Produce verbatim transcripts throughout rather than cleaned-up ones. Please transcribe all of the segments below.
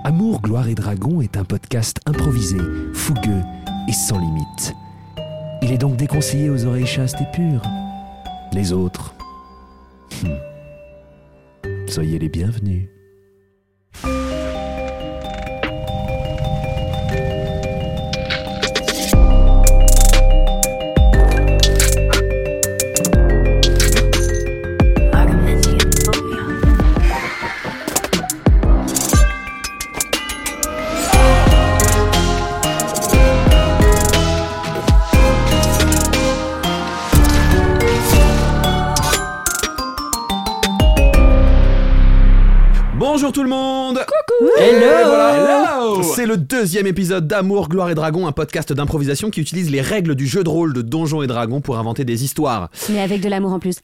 Amour, gloire et dragon est un podcast improvisé, fougueux et sans limite. Il est donc déconseillé aux oreilles chastes et pures. Les autres, hmm. soyez les bienvenus. Bonjour tout le monde. Coucou. Hello. Voilà. Hello. C'est le deuxième épisode d'Amour, gloire et dragon, un podcast d'improvisation qui utilise les règles du jeu de rôle de Donjons et Dragons pour inventer des histoires. Mais avec de l'amour en plus.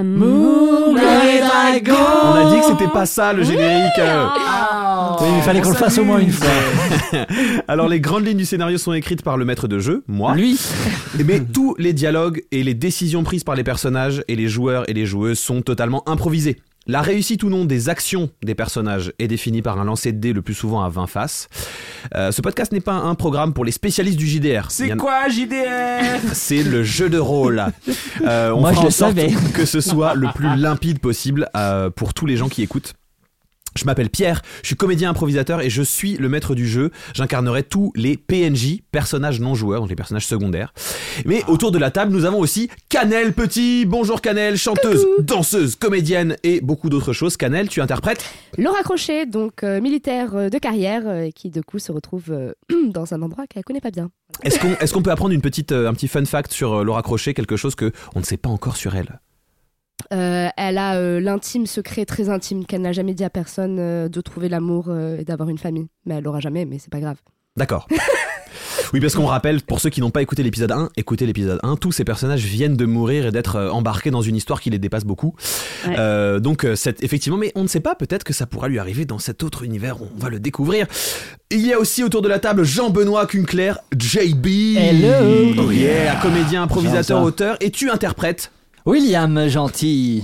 Amour, gloire et dragon. On a dit que c'était pas ça le générique. Oh. Oui, il fallait qu'on le fasse au moins une fois. Alors les grandes lignes du scénario sont écrites par le maître de jeu, moi. Lui. Mais tous les dialogues et les décisions prises par les personnages et les joueurs et les joueuses sont totalement improvisés. La réussite ou non des actions des personnages est définie par un lancer de dés le plus souvent à vingt faces. Euh, ce podcast n'est pas un programme pour les spécialistes du J D R. C'est quoi J D R ? C'est le jeu de rôle. Euh, on Moi, fera je en sorte savais. que ce soit le plus limpide possible euh, pour tous les gens qui écoutent. Je m'appelle Pierre, je suis comédien improvisateur et je suis le maître du jeu. J'incarnerai tous les P N J, personnages non joueurs, donc les personnages secondaires. Mais autour de la table, nous avons aussi Canel Petit. Bonjour Canel, chanteuse, Coucou. danseuse, comédienne et beaucoup d'autres choses. Canel, tu interprètes Laura Crochet, donc euh, militaire euh, de carrière, euh, qui du coup se retrouve euh, dans un endroit qu'elle connaît pas bien. Est-ce qu'on, est-ce qu'on peut apprendre une petite, euh, un petit fun fact sur euh, Laura Crochet, quelque chose que on ne sait pas encore sur elle? Euh, elle a euh, l'intime secret très intime qu'elle n'a jamais dit à personne euh, de trouver l'amour euh, et d'avoir une famille. Mais elle l'aura jamais, mais c'est pas grave. D'accord. Oui, parce qu'on rappelle, pour ceux qui n'ont pas écouté l'épisode un, écoutez l'épisode un, tous ces personnages viennent de mourir et d'être euh, embarqués dans une histoire qui les dépasse beaucoup. Ouais. Euh, donc, euh, cette, effectivement, mais on ne sait pas, peut-être que ça pourra lui arriver dans cet autre univers, on va le découvrir. Il y a aussi autour de la table Jean-Benoît Kunkler, J B. Hello. Oh yeah, comédien, improvisateur, J'aime ça. auteur, et tu interprètes. William Gentil.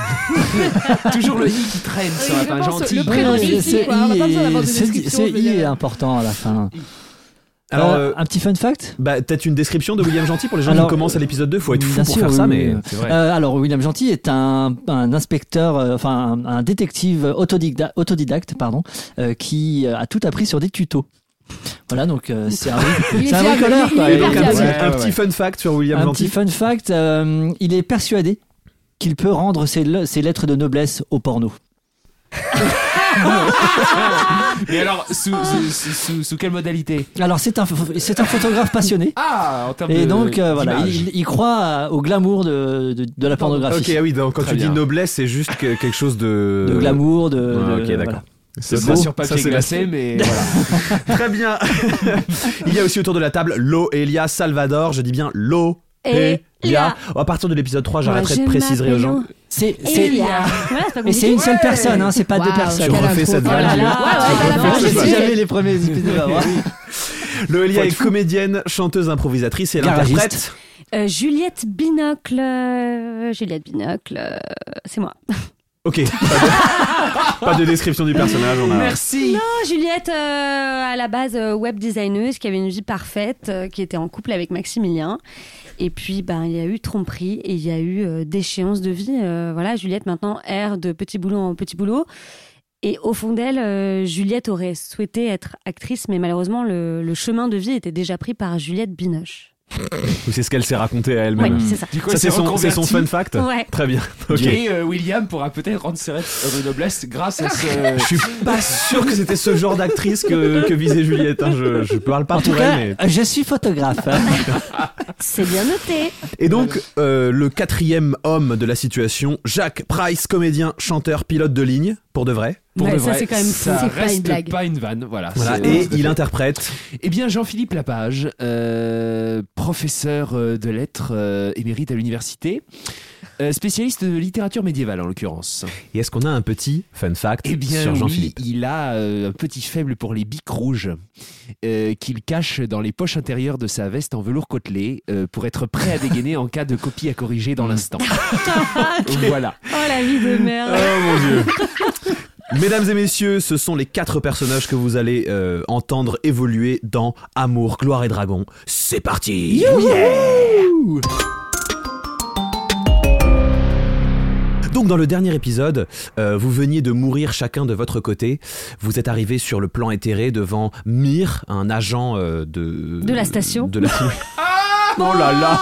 Toujours le i qui traîne sur la je fin, pense gentil. le prénom Ouais, ici, c'est quoi. On a pas besoin d'avoir de I, c'est- description, c'est je veux I dire. est important à la fin. Alors, Euh, euh, un petit fun fact. bah, peut-être une description de William Gentil pour les gens Alors, qui commencent à l'épisode deux, faut être fou bien pour sûr, faire ça, oui, mais oui. c'est vrai. Euh, alors, William Gentil est un, un inspecteur, euh, enfin un, un détective autodidacte, autodidacte pardon, euh, qui a tout appris sur des tutos. Voilà, donc euh, c'est un, Il est c'est un fiable, bricoleur, il est quoi. hyper Et Donc, un, comme petit, fiable. ça, un ouais, petit ouais. fun fact sur William un Gentil. petit fun fact, euh, il est persuadé qu'il peut rendre ses, le- ses lettres de noblesse au porno. Mais alors, sous, sous, sous, sous, sous quelle modalité ? Alors c'est un, pho- c'est un photographe passionné. Ah, en termes Et de donc euh, voilà, d'image. il, il croit à- au glamour de, de, de la pornographie. Ok, ah oui, donc quand Très tu bien. dis noblesse, c'est juste que- quelque chose de... De glamour, de. Ah, de- ok, d'accord. voilà. C'est beau. ça sur Ça, papier c'est glacé, la- mais voilà. Très bien. Il y a aussi autour de la table Loelia Salvador. Je dis bien Loelia. Elia. À partir de l'épisode trois, j'arrêterai Moi, de je préciser aux gens. m'appelle C'est, c'est, Elia. Voilà, c'est pas et c'est une compliqué. seule personne, hein, c'est pas deux Waouh, personnes. Tu quelle refais intro. cette Oh là vanne, là. tu Ouais, ouais, veux. t'as la Je Je fin, sais sais j'ai- jamais les premiers épisodes. hein. Loelia Faut est être fou. comédienne, chanteuse, improvisatrice et elle Garagiste. interprète. Euh, Juliette Binocle. euh, Juliette Binocle, euh, c'est moi. Ok. Pas de, pas de description du personnage. On a... Merci. Non, Juliette, euh, à la base euh, web designeuse, qui avait une vie parfaite, euh, qui était en couple avec Maximilien. Et puis, ben, il y a eu tromperie et il y a eu euh, déchéance de vie. Euh, voilà, Juliette maintenant erre de petit boulot en petit boulot. Et au fond d'elle, euh, Juliette aurait souhaité être actrice, mais malheureusement, le, le chemin de vie était déjà pris par Juliette Binoche. Ou c'est ce qu'elle s'est raconté à Oui, elle-même. c'est ça. Du coup, Ça, elle c'est s'est son, c'est son reconvertie. fun fact. Ouais. Très bien. Ok. Et euh, William pourra peut-être rendre ses lettres de noblesse grâce à ce. Je suis pas sûr que c'était ce genre d'actrice que, que visait Juliette. hein. Je, je parle pas En tout pour cas, elle, mais... je suis photographe. hein. C'est bien noté. Et donc, euh, le quatrième homme de la situation, Jacques Price, comédien, chanteur, pilote de ligne, pour de vrai. Pour Ouais, de ça, vrai, c'est quand même fou. ça C'est pas reste une blague. pas une vanne, voilà. Voilà. C'est- Et tout à il fait. interprète. Eh bien, Jean-Philippe Lapage, euh, professeur euh, de lettres euh, émérite à l'université, euh, spécialiste de littérature médiévale en l'occurrence. Et est-ce qu'on a un petit fun fact Eh bien, sur oui, Jean-Philippe? il a euh, un petit faible pour les bics rouges euh, qu'il cache dans les poches intérieures de sa veste en velours côtelé euh, pour être prêt à dégainer en cas de copie à corriger dans l'instant. Voilà. Oh la vie de merde. Oh mon dieu. Mesdames et messieurs, ce sont les quatre personnages que vous allez euh, entendre évoluer dans Amour, Gloire et Dragon. C'est parti. Yeah. Donc dans le dernier épisode, euh, vous veniez de mourir chacun de votre côté. Vous êtes arrivés sur le plan éthéré devant Mir, un agent euh, de... De la station. De la... Oh là là.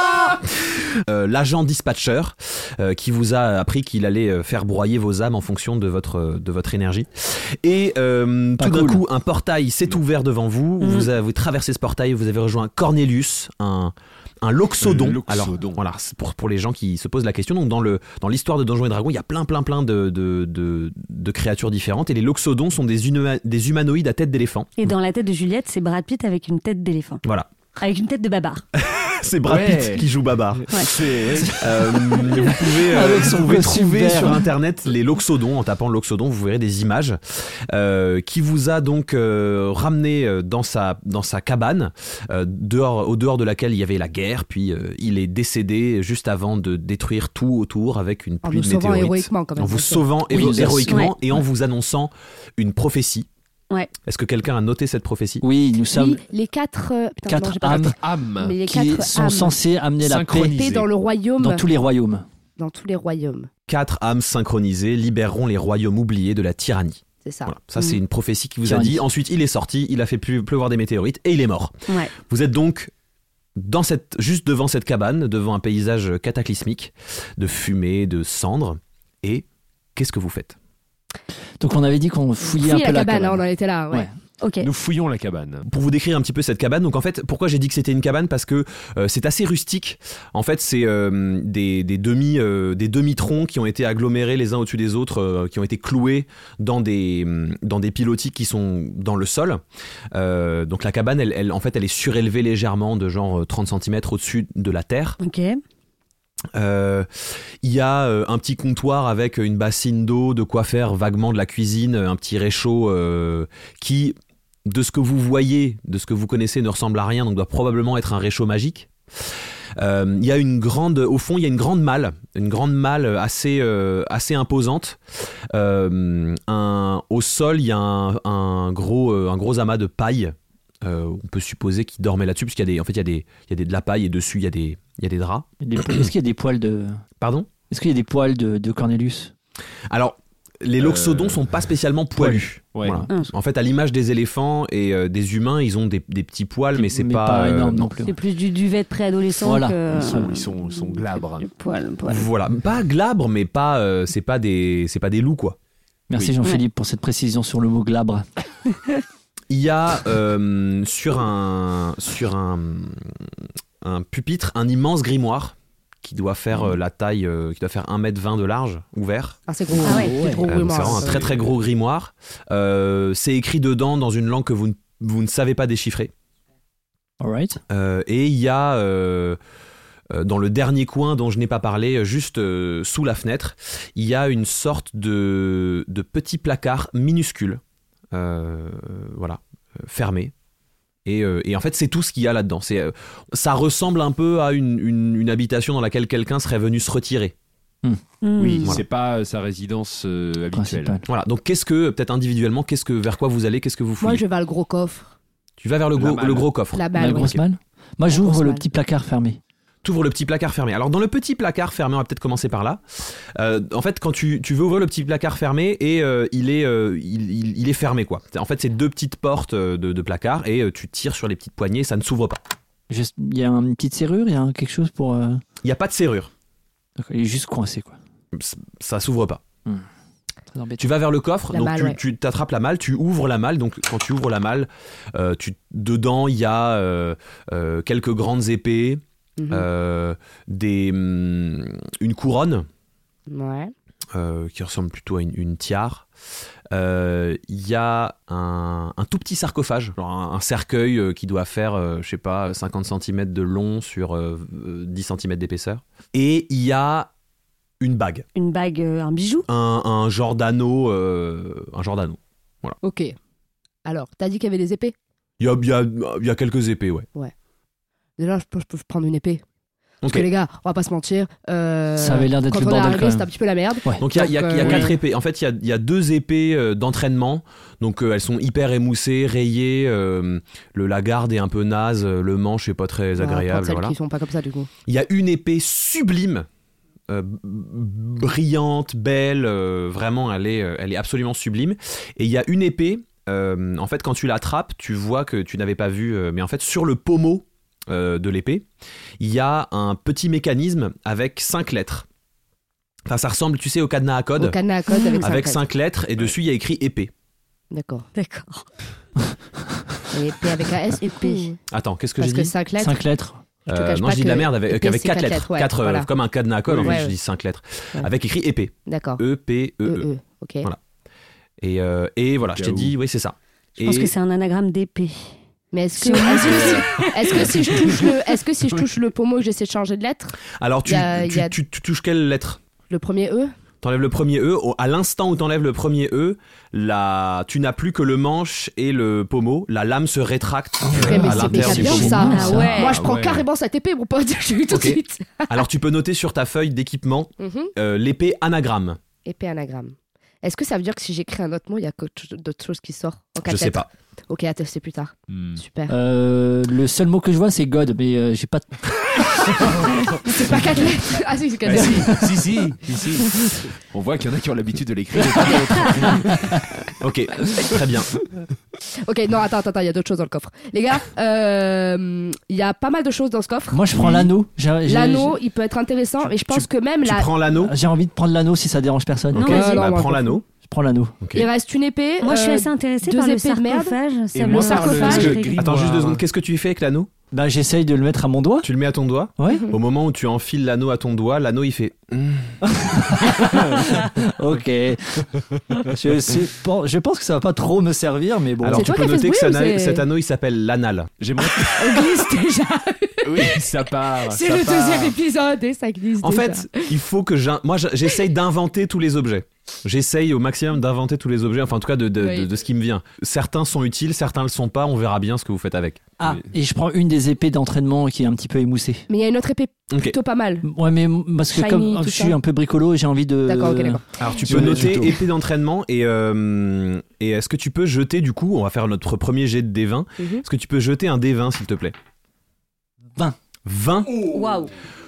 Euh, l'agent dispatcher euh, qui vous a appris qu'il allait euh, faire broyer vos âmes en fonction de votre, de votre énergie. Et euh, tout d'un cool. coup, un portail s'est ouvert devant vous. Mmh. Vous avez traversé ce portail, vous avez rejoint Cornelius, un... un loxodon. Un loxodon. Alors voilà, c'est pour, pour les gens qui se posent la question. Donc dans, le, dans l'histoire de Donjons et Dragons, il y a plein plein plein de, de, de, de créatures différentes. Et les loxodons sont des, huma- des humanoïdes à tête d'éléphant. Et dans la tête de Juliette, c'est Brad Pitt avec une tête d'éléphant. Voilà. Avec une tête de babar. C'est Brad Ouais. Pitt qui joue Babar. Ouais. C'est... Euh, vous pouvez, euh, Avec vous son pouvez costume trouver vert. sur internet les loxodons. En tapant loxodon, vous verrez des images euh, qui vous a donc euh, ramené euh, dans sa, dans sa cabane, euh, dehors, au dehors de laquelle il y avait la guerre. Puis euh, il est décédé juste avant de détruire tout autour avec une En pluie nous de sauvant météorites. héroïquement quand même. En vous Ok. sauvant Oui, héro- nous a- héroïquement ouais. et en vous annonçant une prophétie. Ouais. Est-ce que quelqu'un a noté cette prophétie? Oui, nous sommes Oui, les quatre, euh, putain, quatre non, j'ai pas âmes noté. âme. Mais les qui quatre sont âmes censées amener la paix Synchronisées. paix dans le royaume, dans tous les royaumes. dans tous les royaumes. Quatre âmes synchronisées libéreront les royaumes oubliés de la tyrannie. C'est ça. Voilà. Ça, c'est Mm. une prophétie qui vous Tyrannie. a dit. Ensuite, il est sorti, il a fait pleu- pleuvoir des météorites et il est mort. Ouais. Vous êtes donc dans cette, juste devant cette cabane, devant un paysage cataclysmique de fumée, de cendres. Et qu'est-ce que vous faites? Donc on avait dit qu'on fouillait un Fouiller peu la la cabane, hein, cabane. on en était là. Ouais. Ouais. Ok. Nous fouillons la cabane. Pour vous décrire un petit peu cette cabane, donc en fait, pourquoi j'ai dit que c'était une cabane? Parce que euh, c'est assez rustique. En fait, c'est euh, des, des, demi, euh, des demi-troncs qui ont été agglomérés les uns au-dessus des autres, euh, qui ont été cloués dans des, dans des pilotis qui sont dans le sol. Euh, donc la cabane, elle, elle, en fait, elle est surélevée légèrement de genre trente centimètres au-dessus de la terre. Ok. Euh, il y a euh, un petit comptoir avec une bassine d'eau, de quoi faire vaguement de la cuisine, un petit réchaud euh, qui, de ce que vous voyez, de ce que vous connaissez, ne ressemble à rien, donc doit probablement être un réchaud magique. Euh, il y a une grande, au fond, il y a une grande malle, une grande malle assez, euh, assez imposante. Euh, un, au sol, il y a un, un gros, euh, un gros amas de paille. Euh, on peut supposer qu'il dormait là-dessus, puisqu'il y a des, en fait, il y a des, il y a des, de la paille et dessus il y a des, il y a des draps. Des- Est-ce qu'il y a des poils de Pardon? Est-ce qu'il y a des poils de, de Cornelius? Alors, les loxodons Euh, sont pas spécialement poilus. Ouais. Voilà. Ah. En fait, à l'image des éléphants et euh, des humains, ils ont des, des petits poils, mais c'est Mais pas, pas euh, énorme non. non plus. C'est plus du duvet de préadolescent Voilà. que... Ils sont, ils sont, ils sont glabres. Du poil, poil. Voilà, pas glabre, mais pas, euh, c'est pas des, c'est pas des loups quoi. Merci Oui. Jean-Philippe pour cette précision sur le mot glabre. Il y a euh, sur un, sur un, un pupitre un immense grimoire qui doit faire euh, la taille, euh, qui doit faire un mètre vingt de large, ouvert. Ah, c'est gros. Ah ouais. C'est gros Euh, donc grimoire, c'est vraiment un ça. très très gros grimoire. Euh, c'est écrit dedans dans une langue que vous ne, vous ne savez pas déchiffrer. Alright. Euh, et il y a euh, euh, dans le dernier coin dont je n'ai pas parlé, juste euh, sous la fenêtre, il y a une sorte de, de petit placard minuscule, euh, voilà, euh, fermé. Et, euh, et en fait, c'est tout ce qu'il y a là-dedans. C'est, euh, ça ressemble un peu à une, une, une habitation dans laquelle quelqu'un serait venu se retirer. Mm. Oui, Voilà. c'est pas euh, sa résidence euh, habituelle. Principal. Voilà. Donc, qu'est-ce que, peut-être individuellement, qu'est-ce que, vers quoi vous allez, qu'est-ce que vous fouillez? Moi, je vais à le gros coffre. Tu vas vers le, La gros, malle. le gros coffre. La La balle. grosse ok. malle. Moi La j'ouvre grosse le malle. petit placard fermé. T'ouvres le petit placard fermé. Alors dans le petit placard fermé, on va peut-être commencer par là. Euh, en fait, quand tu, tu veux ouvrir le petit placard fermé et euh, il, est, euh, il, il, il est fermé quoi. En fait, c'est deux petites portes euh, de, de placard et euh, tu tires sur les petites poignées, ça ne s'ouvre pas. Juste- Il y a une petite serrure, il y a quelque chose pour. euh, Il n'y a pas de serrure, D'accord, il est juste coincé quoi. C- ça s'ouvre pas. Très embêtant. Tu vas vers le coffre, La donc malle, tu, ouais. tu t'attrapes la malle, tu ouvres la malle. Donc quand tu ouvres la malle, euh, tu, dedans il y a euh, euh, quelques grandes épées, Mhm. euh, des, hum, une couronne. Ouais. Euh, qui ressemble plutôt à une, une tiare. Euh, Il y a un, un tout petit sarcophage, genre un, un cercueil euh, qui doit faire, euh, je sais pas, cinquante centimètres de long sur euh, euh, dix centimètres d'épaisseur. Et il y a une bague, Une bague, euh, un bijou. un, un genre d'anneau, euh, un genre d'anneau. Ok. Alors, t'as dit qu'il y avait des épées. Il y a, il y a- il y a quelques épées, ouais. Déjà, je peux, je peux prendre une épée. Parce Ok. que les gars, on va pas se mentir. euh, Ça avait l'air d'être quand le on est bordel, arrivé, quand même. c'était un petit peu la merde. Ouais. Donc il y a, il y a- il y a Donc, euh, quatre oui. épées. En fait, il y a, il y a deux épées euh, d'entraînement. Donc euh, elles sont hyper émoussées, rayées. euh, le la garde est un peu naze. euh, Le manche est pas très On va agréable. prendre celles Voilà. qui sont pas comme ça du coup. Il y a une épée sublime, euh, b- brillante, belle. euh, vraiment, elle est, euh, elle est absolument sublime. Et il y a une épée. euh, en fait, quand tu l'attrapes, tu vois que tu n'avais pas vu. euh, mais en fait, sur le pommeau euh, de l'épée, il y a un petit mécanisme avec cinq lettres. Enfin, ça ressemble, tu sais, au cadenas à code. Au cadenas à code avec, Avec cinq cinq lettres et dessus il y a écrit épée. lettres. D'accord. D'accord. Et P avec un S, épée. Attends, qu'est-ce que Parce j'ai que dit cinq lettres. Cinq lettres. je te Euh, cache Non, pas je dis de la que merde avec, épée, avec c'est quatre quatre lettres. lettres, ouais, Quatre, euh, voilà. comme un cadenas à code, en Ouais, fait, je ouais. dis cinq lettres. Ouais. Avec écrit épée. D'accord. E, P, E, E, E. E. Ok. Voilà. Et, euh, et voilà, je t'ai Au cas dit, oui, c'est ça. Je pense Et- que c'est un anagramme d'épée. Mais est-ce que, Si on- est-ce que, si, est-ce que si je touche le, est-ce que si je touche le pommeau et que j'essaie de changer de lettre, Alors, tu, il y a- tu, il y a- tu- tu touches quelle lettre? le premier E, T'enlèves le premier E. Au- À l'instant où t'enlèves le premier E, la... tu n'as plus que le manche et le pommeau. La lame se rétracte euh, Frère, mais à c'est l'intérieur du méga bien, pommeau. ça. Ah ouais. moi je Ah prends ouais. carrément cette épée, mon pote. Je vais tout Ok. de suite. Alors, tu peux noter sur ta feuille d'équipement Mhm. euh, l'épée anagramme. Épée anagramme. Est-ce que ça veut dire que si j'écris un autre mot, il y a quelque chose- d'autres choses qui sortent en Je quatre sais lettres pas. Ok, à tester plus tard. Hmm. Super. Euh, le seul mot que je vois, c'est God, mais euh, j'ai pas. C'est pas quatre lettres. Ah si, c'est quatre Ah, lettres. si, si, si, si, si. On voit qu'il y en a qui ont l'habitude de l'écrire. et pas d'autres. Ok, très bien. Ok, non, attends, attends, attends, il y a d'autres choses dans le coffre. Les gars, euh, il y a pas mal de choses dans ce coffre. Moi, je prends Oui. l'anneau. J'ai- j'ai- L'anneau, il peut être intéressant, mais je pense que même Tu la... prends l'anneau. J'ai envie de prendre l'anneau si ça dérange personne. Non, Ok, vas-y. bah, Non, moi, prends je l'anneau. Je prends l'anneau. Ok. il reste une épée. Moi, je suis euh, assez intéressée deux par le épées de merde. sarcophage. Et Ça moi, me- par le- sarcophage, le j'ai- grimoire. Attends, juste deux secondes. Qu'est-ce que tu fais avec l'anneau? Bah, j'essaye de le mettre à mon doigt. Tu le mets à ton doigt. Ouais. Au moment où tu enfiles l'anneau à ton doigt, l'anneau il fait. Ok. je, sais pas- je pense que ça va pas trop me servir, mais bon. Alors C'est tu toi peux qui as fait noter ce que bruit cet, ou c'est- cet anneau il s'appelle l'anal. J'aimerais. On glisse déjà. Oui, ça part. C'est ça le part. deuxième épisode et ça glisse En déjà. fait, il faut que j'in- moi j'essaye j'essaye d'inventer tous les objets. J'essaye au maximum d'inventer tous les objets, enfin en tout cas de, de, Oui. de- de ce qui me vient. Certains sont utiles, certains le sont pas. On verra bien ce que vous faites avec. Ah, et je prends une des épées d'entraînement qui est un petit peu émoussée. Mais il y a une autre épée Ok. plutôt pas mal. Ouais, mais parce que Shiny, comme tout je ça. suis un peu bricolo, j'ai envie de. D'accord, ok, d'accord. Alors tu Je peux vais noter plutôt. épée d'entraînement et euh, et est-ce que tu peux jeter du coup, on va faire notre premier jet de D vingt. Mhm. Est-ce que tu peux jeter un D vingt s'il te plaît? vingt. vingt. Waouh.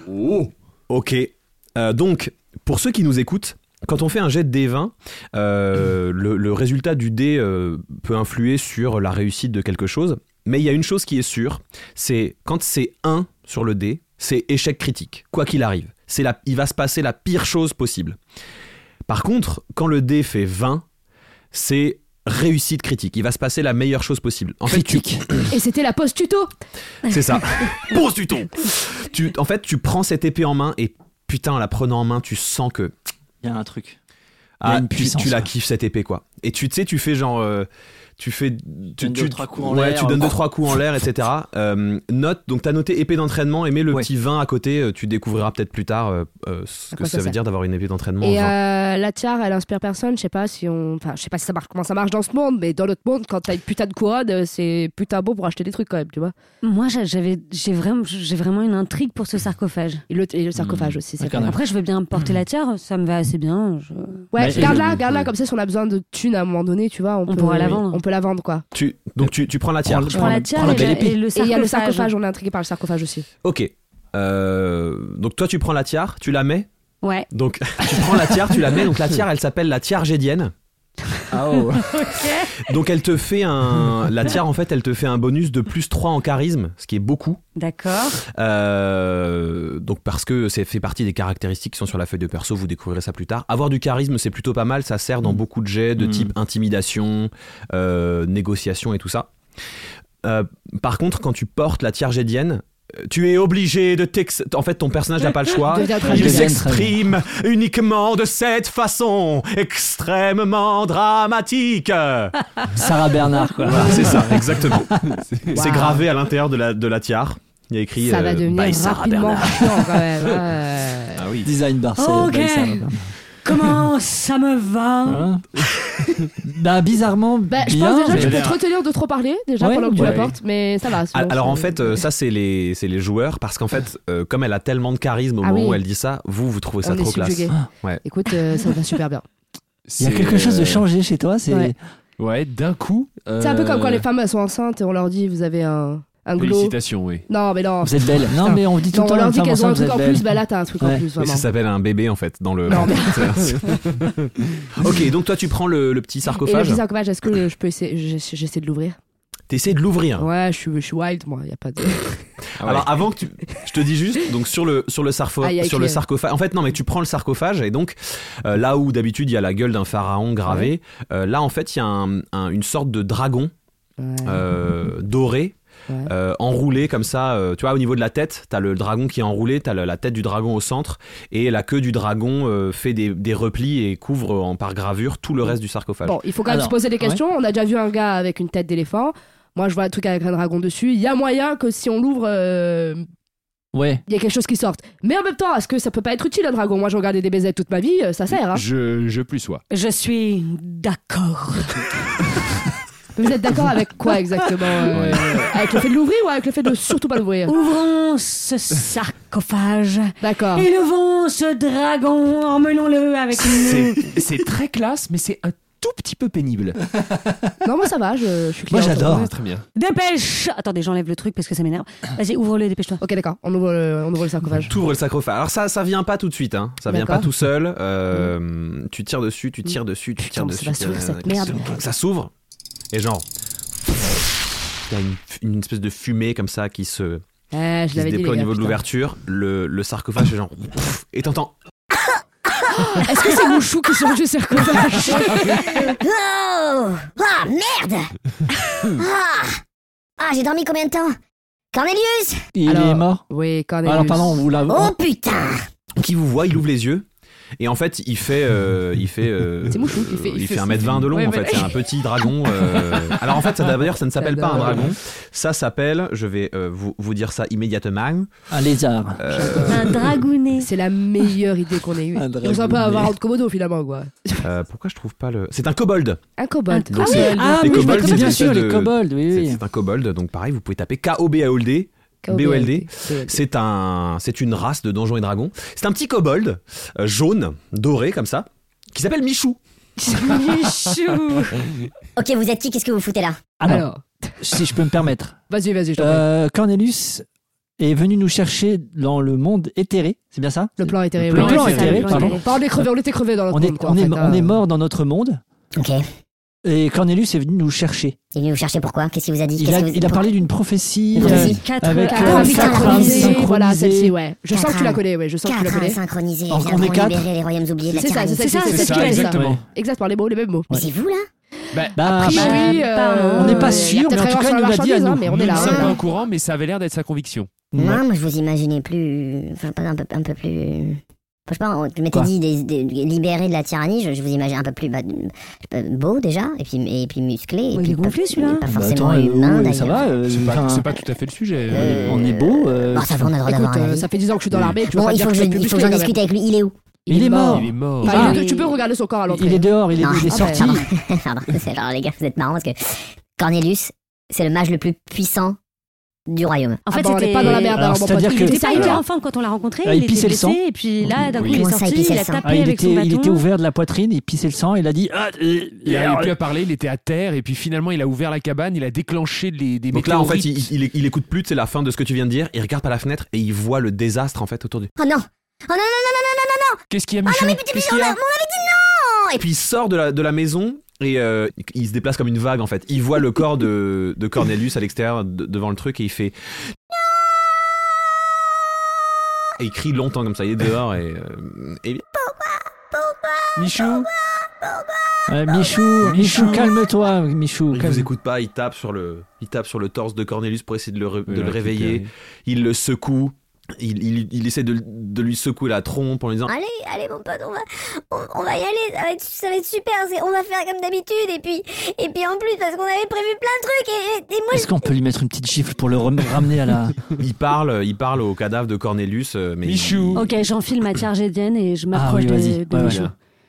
Ok. Euh, donc, pour ceux qui nous écoutent, quand on fait un jet de D vingt, euh, le, le résultat du dé euh, peut influer sur la réussite de quelque chose. Mais il y a une chose qui est sûre, c'est quand c'est un sur le dé, c'est échec critique, quoi qu'il arrive. C'est la, il va se passer la pire chose possible. Par contre, quand le dé fait vingt, c'est réussite critique. Il va se passer la meilleure chose possible. En fait, tu, Critique. Et c'était la pause tuto. c'est ça. Pose du ton. Tu, en fait, tu prends cette épée en main et putain, en la prenant en main, tu sens que Il y a un truc. Il y a ah, une tu, puissance, tu la quoi. kiffes cette épée quoi. Et tu tu sais, tu fais genre, euh, tu fais, tu, donnes tu- deux, trois coups en ouais, l'air. tu donnes deux trois coups en l'air, et cetera. Euh, note, donc t'as noté épée d'entraînement et mets le Ouais. petit vingt à côté. euh, Tu découvriras peut-être plus tard euh, euh, ce À que quoi ça, ça veut sert dire d'avoir une épée d'entraînement. Et vingt. euh, la tiare, elle inspire personne. Je sais pas si on, enfin, je sais pas si ça marche, comment ça marche dans ce monde, mais dans notre monde, quand t'as une putain de couronne, euh, c'est putain beau pour acheter des trucs quand même, tu vois. Moi, j'a- j'avais, j'ai vraiment, j'ai vraiment une intrigue pour ce sarcophage. Et le, et le sarcophage Mmh. aussi, c'est D'accord. vrai. Après, je veux bien porter la tiare, ça me va assez bien. je- Ouais, Bah, garde-la, et- garde-la, ouais. comme ça, si on a besoin de thunes à un moment donné, tu vois, on, On peut, pourra la vendre. On peut la vendre, quoi. Tu, donc tu, tu prends la tiare. Prends Je prends la Prends tiare la et, belle la- épée. et le Et il sarcophage. y a le sarcophage, on est intrigué par le sarcophage aussi. Ok. Euh, donc toi tu prends la tiare, tu la mets. Ouais. Donc tu prends la tiare, tu la mets. Donc la tiare, elle s'appelle la tiare gédienne. Ah oh. Donc elle te fait un, la tiare en fait, elle te fait un bonus de plus trois en charisme, ce qui est beaucoup. D'accord. Euh, donc parce que ça fait partie des caractéristiques qui sont sur la feuille de perso, vous découvrirez ça plus tard. Avoir du charisme, c'est plutôt pas mal, ça sert dans Mm. beaucoup de jets de Mm. type intimidation, euh, négociation et tout ça. Euh, par contre, quand tu portes la tiare gédienne, euh, tu es obligé de t'ex... En fait, ton personnage n'a pas le choix. Devient très Il bien. s'exprime uniquement de cette façon, extrêmement dramatique. Sarah Bernard, quoi. Voilà, c'est ça, exactement. C'est Waouh. gravé à l'intérieur de la, de la tiare. Il y a écrit Ça va euh, devenir by Sarah rapidement Bernard. chiant quand même. ouais. Ah oui. Design bar, c'est Ok. by Sarah Bernard. Comment ça me va? Hein bah bizarrement Bah, je bien. pense déjà que tu mais- peux te retenir de trop parler déjà Ouais, pendant que tu ouais. la portes, mais ça va. sinon, Alors en c'est- fait, euh, ça c'est les, c'est les joueurs parce qu'en fait, euh, comme elle a tellement de charisme au Ah moment oui. où elle dit ça, vous vous trouvez ça on est trop classe. subjugué. Ouais. Écoute, euh, ça va super bien. Il y a quelque chose de euh, changé chez toi, c'est Ouais. Ouais, d'un coup. C'est un peu comme quand euh, les femmes elles sont enceintes et on leur dit vous avez un, un glow. Félicitations, oui. Non, mais non. vous êtes belle. Non mais on dit tout Non, le temps on leur une dit femme qu'elles ont un enceinte, vous truc en êtes plus, belle. bah là t'as un truc Ouais. en plus Oui, vraiment. ça s'appelle un bébé en fait dans le. Non, mais- Ok, donc toi tu prends le, le petit Et le sarcophage. petit sarcophage, est-ce que je peux essayer j'essa- J'essaie de l'ouvrir. T'essaies de l'ouvrir. Ouais, je suis, je suis wild moi, y a pas de. Ah ouais. Alors avant que tu, je te dis juste, donc sur le sur le, sarpho- Ah, il y a sur écrit, le euh. sarcophage. En fait non, mais tu prends le sarcophage et donc euh, là où d'habitude il y a la gueule d'un pharaon gravé, euh, là en fait il y a un- un- une sorte de dragon Ouais. euh, doré. Ouais. Euh, enroulé comme ça, euh, tu vois, au niveau de la tête, t'as le dragon qui est enroulé, t'as le- la tête du dragon au centre, et la queue du dragon euh, fait des, des replis et couvre en, par gravure tout le reste du sarcophage. Bon, il faut quand même Alors, se poser des questions. On a déjà vu un gars avec une tête d'éléphant. Moi, je vois un truc avec un dragon dessus. Il y a moyen que si on l'ouvre, euh, Ouais. il y a quelque chose qui sorte. Mais en même temps, est-ce que ça peut pas être utile un dragon? Moi, j'ai regardé des baisers toute ma vie, euh, ça sert. Hein. Je, je plus sois. Je suis d'accord. Mais vous êtes d'accord avec quoi exactement euh, Avec le fait de l'ouvrir ou avec le fait de surtout pas l'ouvrir? Ouvrons ce sarcophage D'accord. et levons ce dragon, emmenons-le avec C'est, nous. c'est très classe, mais c'est un tout petit peu pénible. Non, moi ça va, je, je suis Moi, cliente. j'adore. Ouais, très bien. Dépêche. Attendez, j'enlève le truc parce que ça m'énerve. Vas-y, ouvre-le, dépêche-toi. Ok, d'accord, on ouvre le, on ouvre le sarcophage. T'ouvres le sarcophage. Alors ça, ça vient pas tout de suite, hein. Ça vient D'accord. pas tout seul. Euh, Tu tires dessus, tu tires dessus, tu tires Putain, dessus. ça va s'ouvrir, euh, cette merde. Ça s'ouvre et genre, il y a une, une espèce de fumée comme ça qui se, Eh, je qui se l'avais dit. déploie au les gars, niveau de putain. l'ouverture. Le, le sarcophage est genre, et t'entends. Est-ce que c'est Mouchou qui sort du sarcophage? Oh Ah, merde Ah, ah j'ai dormi combien de temps Cornelius Il Alors, est mort. Oui, Cornelius. Alors pardon, vous l'avez. Oh putain Qui vous voit, il ouvre les yeux. Et en fait, il fait, euh, il fait, euh, C'est Mouchou qui fait- il il fait fait un ce- mètre vingt de long. Ouais, en mais- fait, c'est un petit dragon. euh, Alors en fait, ça d'ailleurs, ça ne s'appelle pas un J'adore. dragon. Ça s'appelle, je vais euh, vous, vous dire ça immédiatement. Un lézard. Euh, Un dragounet. C'est la meilleure idée qu'on ait eue. Un On ressemble un peu à dragounet. Varant de Komodo finalement, quoi. euh, pourquoi je trouve pas le C'est un kobold. Un kobold. Un Donc, Ah c'est- oui, Ah les oui, je kobolds, me c'est bien une sûr, espèce les de- kobolds, oui, C'est oui. c'est un kobold. Donc pareil, vous pouvez taper K O B A L D. B O L D. C'est un, c'est une race de Donjons et Dragons. C'est un petit kobold euh, jaune, doré comme ça, qui s'appelle Michou. Michou. Ok, vous êtes qui? Qu'est-ce que vous foutez là? Alors, Alors, si je peux me permettre. vas-y, vas-y, je t'en prie. Euh, Cornelius est venu nous chercher dans le monde éthéré, c'est bien ça? Le plan est terrible. Le Ouais, plan c'est est ça, éthéré, le plan pardon. éthéré. On est crevés, on était crevés dans notre On est, monde, quoi, on, en est, fait, on hein. est mort dans notre monde Ok. et Cornelius est venu nous chercher. Il est venu vous chercher pourquoi? Qu'est-ce qu'il vous a dit? Il Qu'est-ce a, que vous- il a parlé d'une prophétie. Une prophétie. euh, Quatre, avec quatre, Oh, euh, putain, quatre âmes synchronisées, synchronisées. Voilà, celle-ci, ouais. Je sens que tu la Quatre connais, ouais. Je sens que tu la Quatre connais. synchronisés Alors, on est viendront quatre. libérer les royaumes oubliés de la C'est ça, tyrannie. c'est ça, C'est c'est ça, ça, c'est ça, exactement. Ouais. Exactement, les mots, les mêmes mots. Mais c'est vous là? Bah, Bah, A priori, bah, euh, on n'est pas il y a sûr, mais peut-être en tout erreur cas, sur il la nous l'a dit à marchandise, hein, nous. mais on nous est ne là. sommes hein. pas au courant, mais ça avait l'air d'être sa conviction. Non, moi je vous imaginais plus. Enfin, pas un peu, un peu plus. Je sais pas, tu m'étais Quoi dit des, des- libéré de la tyrannie, je, je vous imagine un peu plus bah, euh, beau déjà, et puis, et puis musclé. Et Ouais, puis il est pas- gonflé, celui-là. Pas Bah, forcément attends, euh, humain ouais, d'ailleurs. ça va. euh, C'est pas, enfin, c'est pas tout à fait le sujet. Euh, on est beau. euh, Bon, ça va, on a le droit Écoute, d'avoir un euh, avis. ça fait dix ans que je suis dans l'armée, tu vas Bon, pas il dire faut que que je, je suis il plus faut que j'en musclé, discute avec lui. Il est où? Il est mort. Il est mort. Enfin, Ah. il est- tu peux regarder son corps à l'entrée. Il est dehors, il est, Non. il est Ah, sorti. pardon. Pardon. C'est- Alors les gars, vous êtes marrants parce que Cornelius, c'est le mage le plus puissant du royaume. En Ah fait, bah, on est c'était. pas dans la merde, Alors, alors, mon c'est-à-dire pote. que- Il était pas hyper Alors- en forme quand on l'a rencontré. Ah, il il était pissait le blessé, sang. et puis là, d'un coup, Oui. il est Comment ça, il sorti, pissait il le a sang tapé Ah, il, avec était, son il bâton. était ouvert de la poitrine, il pissait le sang, il a dit ah, euh, Il euh, n'arrivait plus à parler, il était à terre, et puis finalement il a ouvert la cabane, il a déclenché les, des Donc là, en fait, météorites. il, il, il écoute plus, c'est la fin de ce que tu viens de dire. Il regarde par la fenêtre et il voit le désastre en fait autour du. Oh non! Oh non, non, non, non, non, non, Qu'est-ce qu'il y a, Michou? non, mais putain, Qu'est-ce on qu'il y a- a on avait dit non! Et puis il sort de la, de la maison et euh, il se déplace comme une vague en fait. Il voit le corps de, de Cornelius à l'extérieur de- devant le truc et il fait. Et il crie longtemps comme ça. Il est dehors et. euh, et- Michou? euh, Michou, Michou, calme-toi, Michou. Il calme- vous écoute pas. Il tape sur le, il tape sur le torse de Cornelius pour essayer de le, re- de Oui, le là, réveiller. récupérer. Il le secoue. Il, il, il essaie de, de lui secouer la trompe en lui disant. Allez, allez mon pote, on va, on, on va y aller, ça va être, ça va être super, c'est- on va faire comme d'habitude, et puis, et puis en plus, parce qu'on avait prévu plein de trucs, et, et, et moi Est-ce qu'on peut lui mettre une petite gifle pour le rem- ramener à la. Il parle, il parle au cadavre de Cornelius. euh, Mais Michou. Ok, j'enfile ma tiare gédienne et je Ah m'approche oui, vas-y. de, de Ouais, ouais. Michou.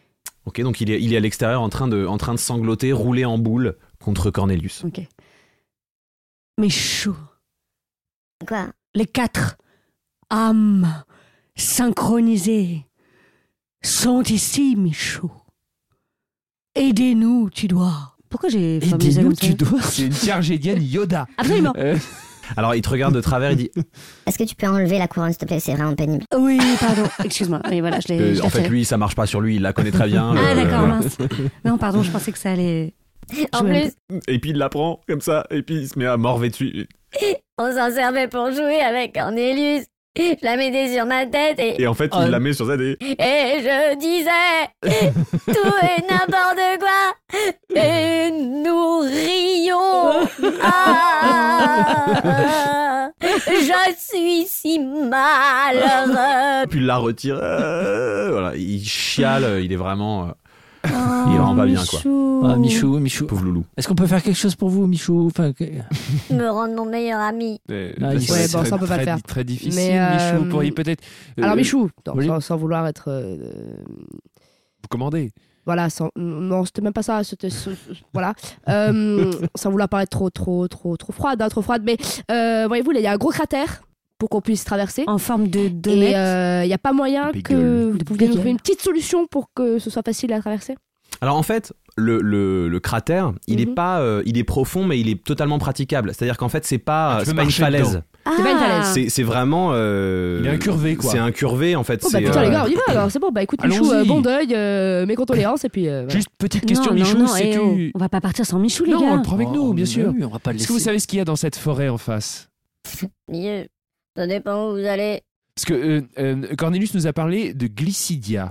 Ok, donc il est, il est à l'extérieur en train de, en train de sangloter, rouler en boule contre Cornelius. Ok. Michou, Quoi? les quatre âmes synchronisées sont ici, Michou. Aidez-nous, tu dois. Pourquoi j'ai formulé ça Aidez-nous, comme ça tu dois. C'est une tiergédienne Yoda. Absolument. Euh, Alors il te regarde de travers, il dit Est-ce que tu peux enlever la couronne, s'il te plaît? C'est vraiment pénible. Oui, pardon. Excuse-moi. Oui, voilà, je l'ai. euh, je l'ai en fait retiré. lui ça marche pas sur lui, il la connaît très bien. Ah euh, d'accord, voilà. mince. Non, pardon, je pensais que ça allait. En jouer un plus, Et puis il la prend comme ça, et puis il se met à morver dessus. on s'en servait pour jouer avec Cornelius. Je la mettais sur ma tête et, Et en fait Oh. il la met sur sa tête. et je disais tout et n'importe quoi. Et nous rions. Ah, je suis si malheureux. Puis il la retire. euh, voilà, il chiale, il est vraiment. euh, Oh, Il est vraiment pas bien, quoi. Michou. Ah, Michou, Michou. pauvre loulou. Est-ce qu'on peut faire quelque chose pour vous, Michou? Enfin, que- Me rendre mon meilleur ami. euh, Ah, là, il- c'est Ouais, bon, très- ça, on peut pas le très- faire. Très difficile, Mais, euh, Michou. Vous pourriez peut-être. euh, Alors Michou, non, oui. sans, sans vouloir être... euh, Vous commandez. voilà, sans, non, c'était même pas ça. C'était, ce- ce- voilà, euh, sans vouloir paraître trop, trop, trop, trop froide, hein, trop froide. Mais euh, voyez-vous, là, il y a un gros cratère pour qu'on puisse traverser. En forme de deux Et mètres. il n'y a pas moyen Des que gueules. vous Des pouviez nous gueules. trouver une petite solution pour que ce soit facile à traverser. Alors en fait, le, le, le cratère, il est Mhm. pas, euh, il est profond, mais il est totalement praticable. C'est-à-dire qu'en fait, c'est pas, Ah, tu c'est peux pas une marcher falaise. dedans. c'est pas une falaise. C'est, c'est vraiment. euh, Il est incurvé, quoi. C'est incurvé en fait. Oh bah c'est, putain euh, les gars, on y va alors, c'est bon, bah écoute Michou, Allons-y. euh, bon deuil, euh, mes condoléances et puis... euh, voilà. Juste petite question, non, Michou. non, non, c'est eh que. oh, on va pas partir sans Michou, les Non, on gars. le prend avec nous, bien Oh, sûr. oui, on va pas le Est-ce que vous laisser. savez ce qu'il y a dans cette forêt en face? Mieux, ça dépend où vous allez. Parce que euh, euh, Cornelius nous a parlé de Glycidia.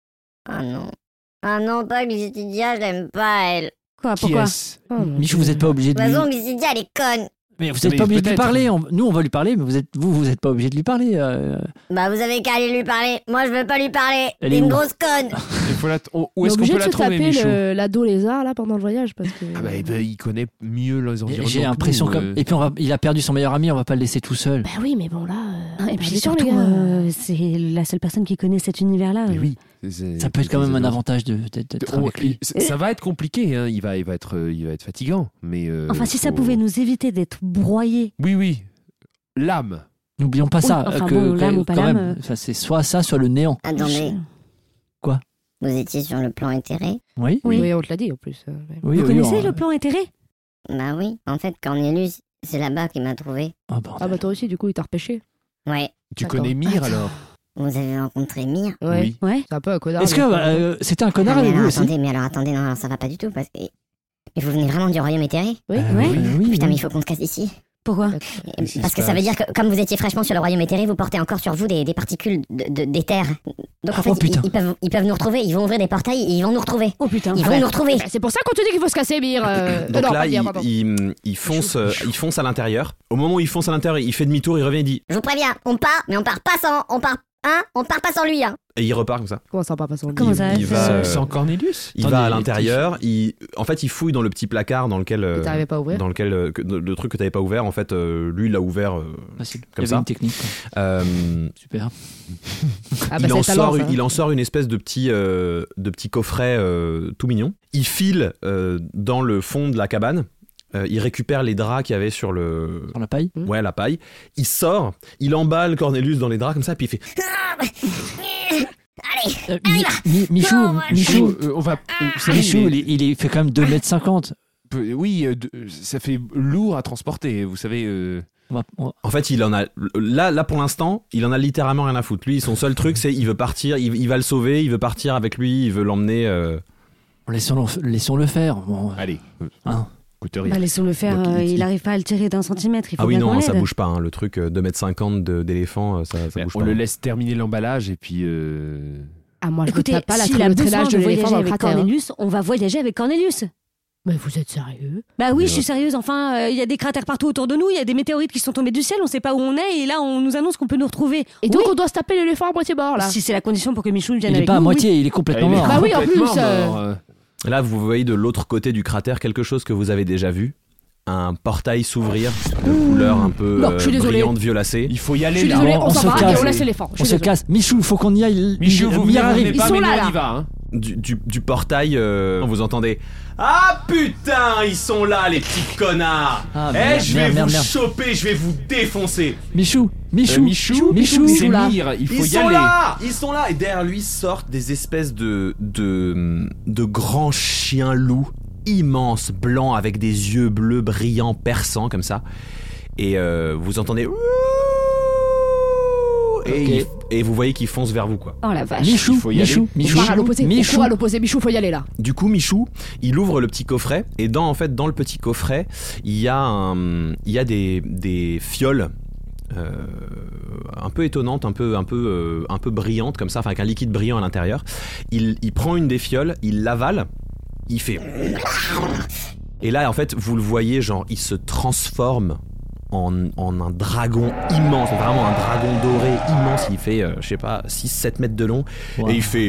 Ah non. Ah non, pas Glycidia, je l'aime pas, elle. Quoi, Qui pourquoi est-ce? Oh, mon Michou, Dieu. vous n'êtes pas obligé De de toute lui... façon, Glycidia, elle est conne. Mais vous Mais n'êtes pas obligé de lui peut-être. parler. on- Nous, on va lui parler, mais vous êtes, vous, vous êtes pas obligé de lui parler. euh. Bah, vous avez qu'à aller lui parler. Moi, je veux pas lui parler. Elle T'es est une où grosse conne. Il faut la- on- On Où est est-ce qu'on obligé peut de la se trouver, taper Michou? le- l'ado lézard là pendant le voyage parce que... Ah bah, eh ben, il connaît mieux les environnements. J'ai que l'impression nous, comme. euh. Et puis on va... il a perdu son meilleur ami, on va pas le laisser tout seul. Bah oui, mais bon là... euh, Et bah, puis dis-toi, surtout, les gars. euh, c'est la seule personne qui connaît cet univers-là. Mais oui. c'est- Ça peut être quand même un c'est- avantage de- d'être d'être On- avec lui. ça, ça va être compliqué, hein. il, va, il, va être, euh, il va être fatigant. Mais euh, Enfin, si ça faut- pouvait nous éviter d'être broyés. Oui, oui. L'âme. N'oublions pas Oui, ça. enfin que, bon, que- l'âme ou pas quand l'âme, même, euh. enfin, c'est soit ça, soit le néant. Attendez. Quoi? Vous étiez sur le plan éthéré? Oui. Oui. Oui, on te l'a dit en plus. euh, ouais. Oui, Vous oui, connaissez on- le plan éthéré? Bah oui. En fait, Cornelius, c'est là-bas qu'il m'a trouvé. Ah, bordel. Ah bah toi aussi, du coup, il t'a repêché. Ouais. Tu D'accord. connais Mire alors? Vous avez rencontré Mire? Ouais. Oui. Ouais. C'est un peu un connard. Est-ce que mais- euh, c'était un connard Ah, mais avec vous alors, aussi? attendez, mais alors attendez, non, non, ça va pas du tout. Parce que... Mais vous venez vraiment du royaume éthéré? Oui, Euh, Ouais. oui, oui, Putain, oui. mais il faut qu'on se casse d'ici. Pourquoi? Et- Qu'est-ce qui Parce se que ça veut passe dire que comme vous étiez fraîchement sur le royaume éthéré, vous portez encore sur vous des, des particules de- de- d'éther. Donc en fait, Oh, ils, putain. ils peuvent, ils peuvent nous retrouver, ils vont ouvrir des portails et ils vont nous retrouver. Oh putain. Ils Ah vont ouais. nous retrouver. Bah, c'est pour ça qu'on te dit qu'il faut se casser, Mire. euh, Donc non, là, pas il, Mire, pardon. il, il fonce, euh, il fonce à l'intérieur. Au moment où il fonce à l'intérieur, il fait demi-tour, il revient, il dit Je vous préviens, on part, mais on part pas sans, on part, hein, on part pas sans lui, hein. et il repart comme ça. Comment ça, pas passant Comment il, ça, il c'est- va, euh, Sans Cornelius? il Attendez, va à les l'intérieur. Il, en fait, il fouille dans le petit placard dans lequel, euh, T'arrivais pas à ouvrir. dans lequel euh, que- le truc que t'avais pas ouvert. En fait, euh, lui, il l'a ouvert. euh, Facile. Comme Il y ça. avait une technique. quoi. euh, Super. Ah bah il, en c'est talent, sort, ça. il en sort une espèce de petit, euh, de petit coffret euh, tout mignon. Il file euh, dans le fond de la cabane. Euh, il récupère les draps qu'il y avait sur le. Sur la paille. Hmm. Ouais, la paille. Il sort, il emballe Cornelius dans les draps comme ça, puis il fait. Allez, Euh, Mi- Mi- Michou, Non, moi, je- Michou, Euh, on va. euh, vous savez, Michou, mais- il, est- il est- fait quand même deux mètres cinquante. peu- oui, euh, de- ça fait lourd à transporter. Vous savez. euh, On va- on va- En fait, il en a. Là, là pour l'instant, il en a littéralement rien à foutre. Lui, son seul truc, c'est il veut partir, il, il va le sauver, il veut partir avec lui, il veut l'emmener. euh, Laissons-le laissons-le faire. Bon, euh, Allez. euh, hein. Coûte rien. Bah, laissons-le faire. Donc, il- euh, il il- arrive pas à le tirer d'un centimètre. Il faut Ah oui, bien qu'on non, ça l'aide. bouge pas. hein. Le truc euh, deux mètres cinquante de- d'éléphant, euh, ça, ça Ben, bouge on pas. le laisse terminer l'emballage et puis. euh, Ah moi je Écoutez, ne tape pas la s'il a le besoin traînage de de voyager l'éléphant dans le avec cratère. hein. Cornelius, on va voyager avec Cornelius. Mais vous êtes sérieux? Bah oui, Mais je suis sérieuse. Enfin, euh, il y a des cratères partout autour de nous, il y a des météorites qui sont tombés du ciel, on sait pas où on est, et là, on nous annonce qu'on peut nous retrouver. Et donc Oui, on doit se taper l'éléphant à moitié mort là. si c'est la condition pour que Michou vienne Il est avec pas à nous, moitié, il est complètement il est mort. Bah oui, en complètement plus, euh, mort, euh. Là, vous voyez de l'autre côté du cratère quelque chose que vous avez déjà vu. Un portail s'ouvrir de couleur un peu Non, euh, je suis désolé. brillante, violacée. Il faut y Je aller suis là. désolé, on on se s'en va casse. et on laisse l'éléphant. Je On suis se désolée. casse. Michou, faut qu'on y aille. Michou, vous venez, Mire vous arrive. venez Ils pas, sont mais là, nous, là. on y va. hein. du, du, du portail, euh, vous entendez « Ah putain, ils sont là les petits connards Ah, Eh, merde, je vais merde, vous merde, merde. choper, je vais vous défoncer !» Michou, Michou, Euh, Michou, Michou, c'est là. Mire, il faut Ils y sont aller. là Ils sont là Et derrière lui sortent des espèces de, de, de grands chiens loups immenses, blancs, avec des yeux bleus brillants, perçants comme ça. Et euh, vous entendez... Et, Ok. ils- et vous voyez qu'ils foncent vers vous, quoi. Oh la vache. Michou, Il faut y Michou, aller. On Michou, part à l'opposé. On Michou. court à l'opposé. Michou, faut y aller là. Du coup, Michou, il ouvre le petit coffret et dans en fait dans le petit coffret, il y a un, il y a des, des fioles euh, un peu étonnantes, un peu un peu euh, un peu brillantes comme ça, enfin avec un liquide brillant à l'intérieur. Il, il prend une des fioles, il l'avale, il fait et là en fait vous le voyez genre il se transforme en, en un dragon immense, vraiment un dragon doré immense. Il fait euh, je sais pas six sept mètres de long Wow. et il fait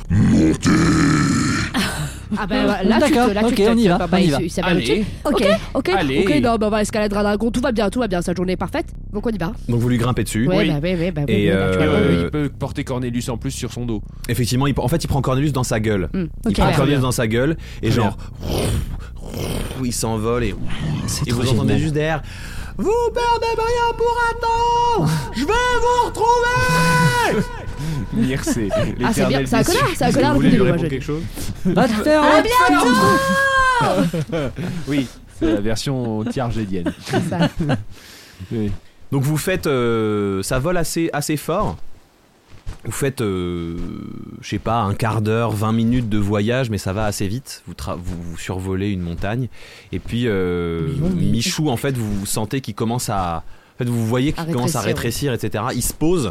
Ah ben là, tu D'accord, te, là, tu ok, te- on y va, bah, bah, on y il va. s- il s'appelle Allez. Ok, ok, Allez. ok, non, bah, on va escalader un dragon, tout va bien, tout va bien, sa journée est parfaite, donc on y va. donc vous lui grimpez dessus. Ouais, Oui. bah, ouais, ouais, bah, Et, ouais, ouais, euh, naturellement. Euh, Euh, il peut porter Cornelius en plus sur son dos. Effectivement, il, en fait, il prend Cornelius dans sa gueule. Hmm, Il ok, prend ouais. Cornelius dans sa gueule et Très genre, il s'envole et, C'est et trop vous entendez génial. juste derrière. Vous perdez rien pour attendre. Je vais vous retrouver. Mire, c'est Ah, c'est bien, l'éternel c'est un déçu. connard, c'est un Vous connard voulez depuis lui le répondre jeu. quelque chose Va te faire Ah, un- Oui, c'est la version tiergédienne. C'est ça. Oui. Donc vous faites, euh, ça vole assez assez fort. Vous faites, euh, je sais pas, un quart d'heure, vingt minutes de voyage, mais ça va assez vite. Vous, tra- vous, vous survolez une montagne. Et puis, euh, Mais non, mais- Michou, en fait, vous sentez qu'il commence à... En fait, vous voyez qu'il À commence à rétrécir, rétrécir, et cetera. Il se pose.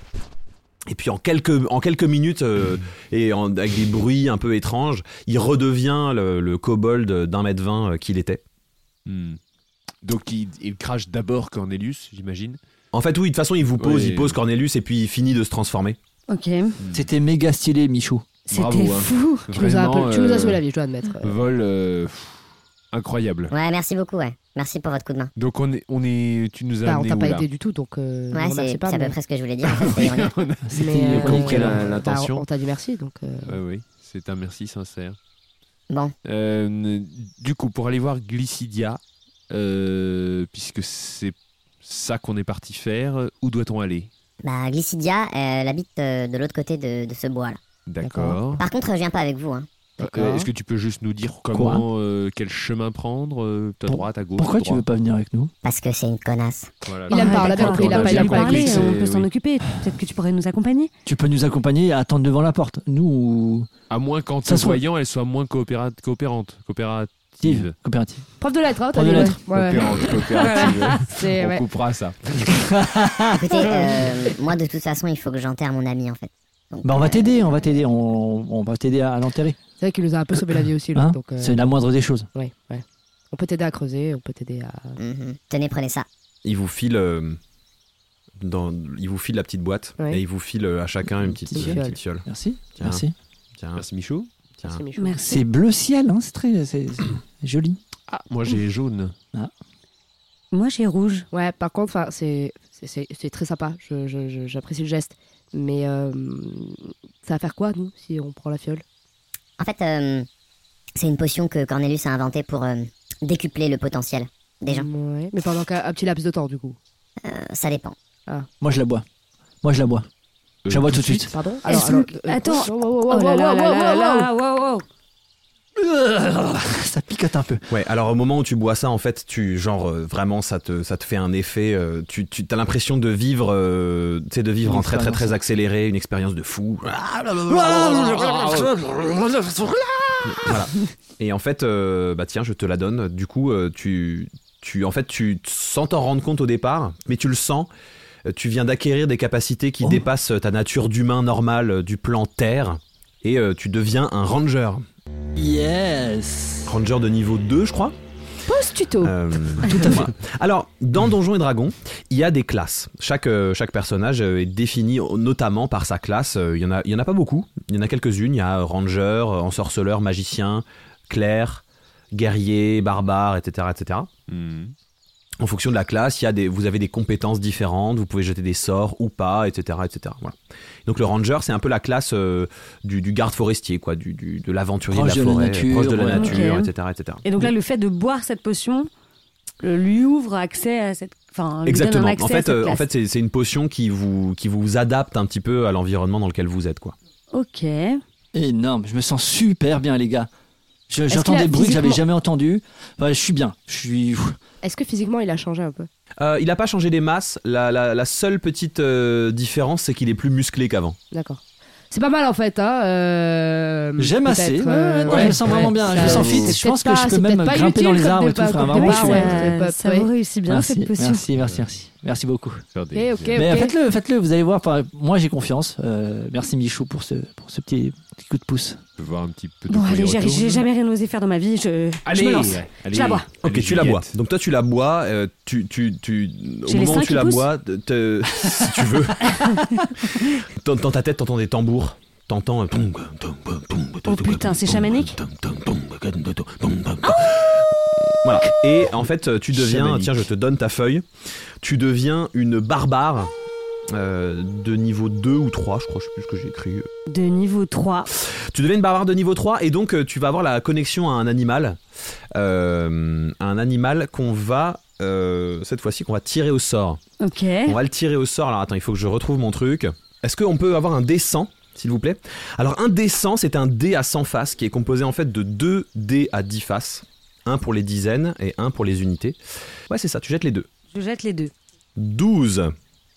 Et puis, en quelques, en quelques minutes, euh, et en- avec des bruits un peu étranges, il redevient le, le kobold d'un mètre vingt euh, qu'il était. Hmm. Donc il, il crache d'abord Cornelius, j'imagine. En fait, oui, de toute façon, il vous pose, Ouais. il pose Cornelius, et puis il finit de se transformer. Ok. C'était méga stylé, Michou. C'était Bravo, hein. fou. Tu nous as un peu- tu nous as euh, sauvé la vie, je dois admettre. Vol euh, pff, incroyable. Ouais, merci beaucoup, ouais. Merci pour votre coup de main. Donc on est, on est, tu nous as Bah, on amené t'a où pas là aidé du tout, donc euh, Ouais, ne remercie c'est pas. c'est à peu mais- près ce que je voulais dire. En fait, c'est ironique. C'était Mais, euh, ironique, quelle alors. l'intention bah, on t'a dit merci, donc. euh, Ouais, oui, c'est un merci sincère. Bon, Euh, du coup, pour aller voir Glycidia, euh, puisque c'est ça qu'on est parti faire, où doit-on aller? bah Glycidia, elle habite euh, de l'autre côté de, de ce bois-là. D'accord. Par contre, je viens pas avec vous, hein. D'accord. Euh, Est-ce que tu peux juste nous dire comment, euh, quel chemin prendre, euh, à Pour- droite, à gauche, Pourquoi à tu droite veux pas venir avec nous? Parce que c'est une connasse. Voilà. Il aime pas, on l'a bien d'accord. compris, il a On pas a il bien aime pas compris parler, que c'est- on peut s'en oui. occuper. Peut-être que tu pourrais nous accompagner. Tu peux nous accompagner et attendre devant la porte. Nous, À moins qu'en Ça te soit- voyant, elle soit moins coopéra- coopérante. Coopérative. Steve, coopérative. Prof de lettres, hein, t'as Prof de dit, ouais. lettres. Ouais. Coopérante, coopérative. C'est- On ouais. coupera ça. Écoutez, euh, moi de toute façon, il faut que j'enterre mon ami en fait. Donc, Bah on va euh, t'aider, on va t'aider, on, on va t'aider à l'enterrer. C'est vrai qu'il nous a un peu sauvé la vie aussi, lui, Hein donc. euh, C'est la moindre des choses. ouais, ouais. On peut t'aider à creuser, on peut t'aider à. mhm. Tenez, prenez ça. Il vous file, euh, dans, il vous file la petite boîte Ouais. et il vous file euh, à chacun une petite, Petite une fiole. petite fiole. Merci, Tiens. merci. Tiens, Merci Michou. tiens. Merci, Michou. Merci. C'est bleu ciel, hein, c'est très c'est, c'est joli. Ah, moi j'ai jaune. Moi, j'ai rouge. Ouais, par contre, 'fin, c'est c'est- c'est c'est très sympa. Je- je- je- J'apprécie le geste. Mais euh, ça va faire quoi, nous, si on prend la fiole? En fait, euh, c'est une potion que Cornelius a inventée pour euh, décupler le potentiel des gens. Ouais, mais pendant qu'un un petit laps de temps, du coup. Euh, ça dépend. Moi je la bois. Moi je la bois. Je la bois tout de suite. Pardon? Est-ce Alors, que- alors, euh, Attends. wow, wow, wow, Oh là wow, là wow, là wow, là wow, là, wow, wow. Ça picote un peu. Ouais, alors au moment où tu bois ça, en fait, tu genre euh, vraiment ça te ça te fait un effet. euh, tu tu as l'impression de vivre, euh, tu sais, de vivre Une en très très très expérience. accéléré, une expérience de fou. Voilà. Et en fait, euh, bah tiens, je te la donne. Du coup, euh, tu tu en fait tu sans t'en rendre compte au départ, mais tu le sens. euh, Tu viens d'acquérir des capacités qui Oh. dépassent ta nature d'humain normal euh, du plan Terre. Et euh, tu deviens un ranger. Yes. Ranger de niveau deux, je crois. Post-tuto. Euh, Tout à fait. Alors, dans Donjons et Dragons, il y a des classes. Chaque, euh, chaque personnage euh, est défini euh, notamment par sa classe. Euh, Il y en a, il y en a pas beaucoup. Il y en a quelques-unes. Il y a euh, Ranger, euh, Ensorceleur, Magicien, Clerc, Guerrier, Barbare, et cetera, et cetera. Hmm. En fonction de la classe, il y a des, vous avez des compétences différentes, vous pouvez jeter des sorts ou pas, et cetera, et cetera. Voilà. Donc le ranger, c'est un peu la classe euh, du, du garde forestier, quoi, du, du, de l'aventurier Proche de la de la forêt, nature, proche de la ouais. nature, Ok. et cetera, et cetera. Et donc là, le fait de boire cette potion euh, lui ouvre accès à cette. Enfin, lui donne un Exactement. accès En à fait, cette euh, en classe. fait, c'est, c'est une potion qui vous, qui vous adapte un petit peu à l'environnement dans lequel vous êtes, quoi. Ok. Énorme, je me sens super bien les gars. Je- Est-ce J'entends qu'il a des bruits que j'avais physiquement- jamais entendus. Enfin, je suis bien. Je suis. Est-ce que physiquement il a changé un peu? Euh, il n'a pas changé des masses. La, la, la seule petite euh, différence, c'est qu'il est plus musclé qu'avant. D'accord. C'est pas mal en fait, hein. euh, J'aime peut-être, assez. Ouais, euh, ouais, non, je me sens vraiment bien. Je me sens fit. c'est Je pense que peut-être je pas- peux c'est même peut-être pas grimper dans utile les comme arbres et débat, tout. Enfin, comme vraiment, débat, je suis. ouais. ça, ouais. ça vous réussit bien Merci, cette potion. merci, merci, merci. Merci beaucoup. Faire des- Ok, ok, Mais ok. faites-le, faites-le. Vous allez voir. Enfin, moi, j'ai confiance. Euh, merci Michou pour ce, pour ce petit, petit coup de pouce. On peut voir un petit peu de Bon, bruit allez, j'ai, autour. j'ai jamais rien osé faire dans ma vie. Je, Allez, je me lance. allez, Je la bois. Ok, allez, tu la Juliette. bois. Donc toi, tu la bois. euh, tu, tu, tu, au J'ai les moment seins où tu qui la poussent bois, te- te- si tu veux, dans, dans ta tête, t'entends des tambours. T'entends. Oh putain, c'est chamanique. Voilà. Et en fait, tu deviens. Chamanique. Tiens, je te donne ta feuille. Tu deviens une barbare. euh, de niveau deux ou trois, je crois, je sais plus ce que j'ai écrit. De niveau trois. Tu deviens une barbare de niveau trois et donc euh, tu vas avoir la connexion à un animal. Euh, un animal qu'on va, euh, cette fois-ci, qu'on va tirer au sort. Ok. On va le tirer au sort. Alors attends, il faut que je retrouve mon truc. Est-ce qu'on peut avoir un dé cent, s'il vous plaît? Alors un dé cent, c'est un dé à cent faces qui est composé en fait de deux dés à dix faces. Un pour les dizaines et un pour les unités. Ouais, c'est ça, tu jettes les deux. Je jette les deux. douze.